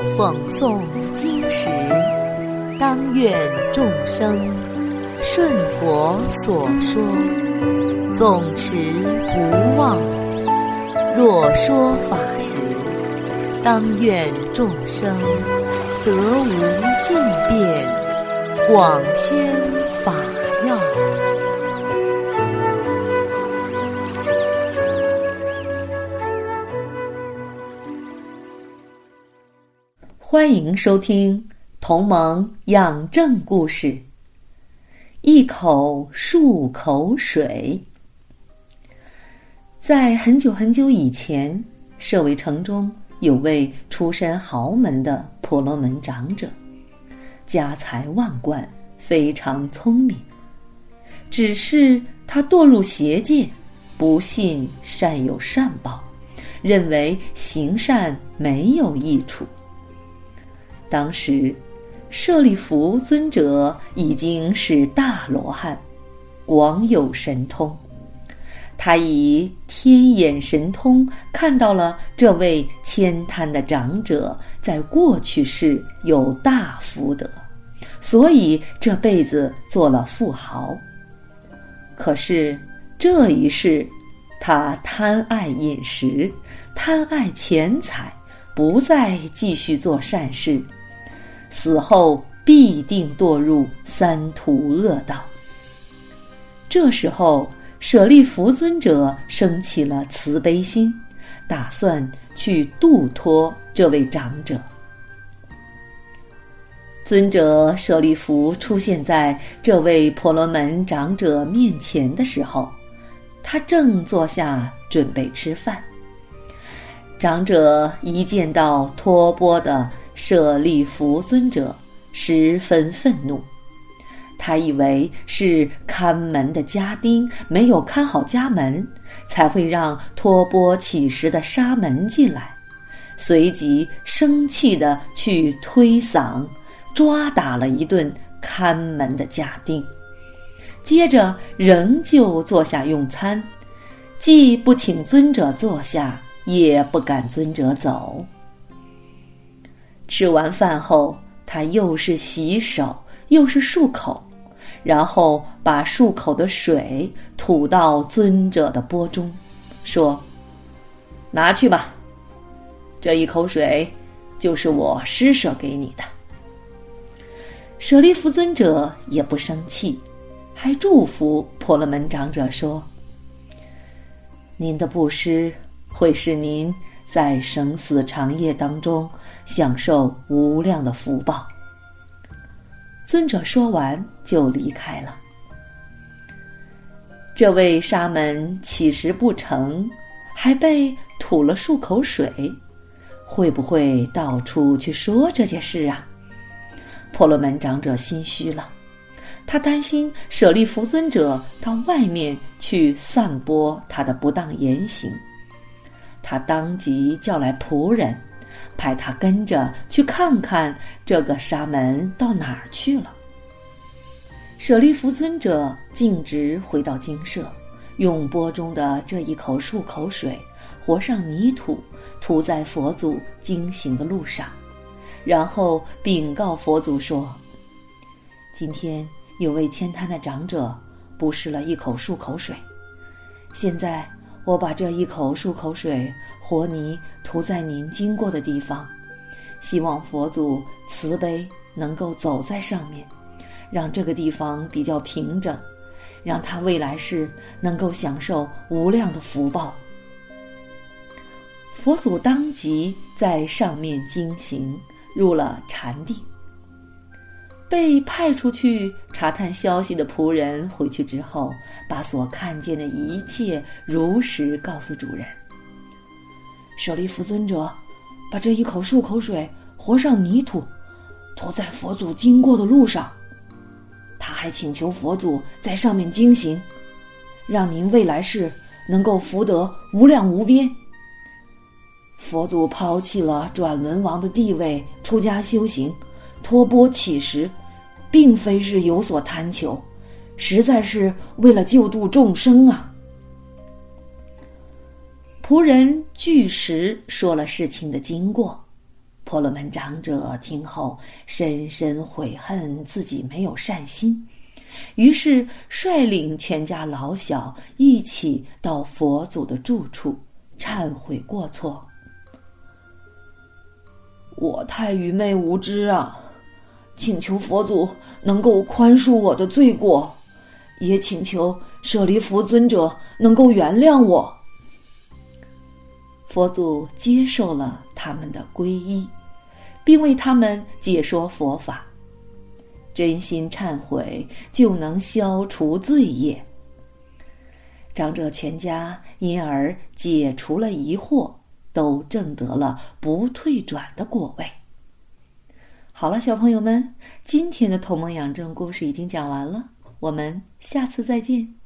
讽诵经史，当愿众生顺佛所说，总持不忘。若说法时，当愿众生得无尽变，广宣法要。欢迎收听同盟养正故事。一口漱口水。在很久很久以前，舍卫城中有位出身豪门的婆罗门长者，家财万贯，非常聪明。只是他堕入邪见，不信善有善报，认为行善没有益处。当时舍利弗尊者已经是大罗汉，广有神通。他以天眼神通看到了这位悭贪的长者在过去世有大福德，所以这辈子做了富豪。可是这一世他贪爱饮食，贪爱钱财，不再继续做善事，死后必定堕入三途恶道。这时候舍利弗尊者生起了慈悲心，打算去度脱这位长者。尊者舍利弗出现在这位婆罗门长者面前的时候，他正坐下准备吃饭。长者一见到托钵的舍利弗尊者，十分愤怒。他以为是看门的家丁没有看好家门，才会让托钵乞食的沙门进来，随即生气地去推搡抓打了一顿看门的家丁。接着仍旧坐下用餐，既不请尊者坐下，也不赶尊者走。吃完饭后，他又是洗手又是漱口，然后把漱口的水吐到尊者的钵中，说：拿去吧，这一口水就是我施舍给你的。舍利弗尊者也不生气，还祝福婆罗门长者说：您的布施会使您在生死长夜当中享受无量的福报。尊者说完就离开了。这位沙门乞食不成，还被吐了漱口水，会不会到处去说这件事啊？婆罗门长者心虚了，他担心舍利弗尊者到外面去散播他的不当言行。他当即叫来仆人，派他跟着去看看这个沙门到哪儿去了。舍利弗尊者径直回到精舍，用钵中的这一口漱口水和上泥土，涂在佛祖经行的路上，然后禀告佛祖说：今天有位悭贪的长者布施了一口漱口水，现在我把这一口漱口水和泥涂在您经过的地方，希望佛祖慈悲能够走在上面，让这个地方比较平整，让他未来世能够享受无量的福报。佛祖当即在上面经行，入了禅定。被派出去查探消息的仆人回去之后，把所看见的一切如实告诉主人。舍利弗尊者把这一口漱口水和上泥土，涂在佛祖经过的路上，他还请求佛祖在上面经行，让您未来世能够福德无量无边。佛祖抛弃了转轮王的地位，出家修行，托钵乞食，并非是有所贪求，实在是为了救度众生啊。仆人据实说了事情的经过， 婆罗门长者听后深深悔恨自己没有善心，于是率领全家老小一起到佛祖的住处忏悔过错。我太愚昧无知啊，请求佛祖能够宽恕我的罪过，也请求舍利弗尊者能够原谅我。佛祖接受了他们的皈依，并为他们解说佛法。真心忏悔就能消除罪业。长者全家因而解除了疑惑，都证得了不退转的果位。好了，小朋友们，今天的同盟养正故事已经讲完了，我们下次再见。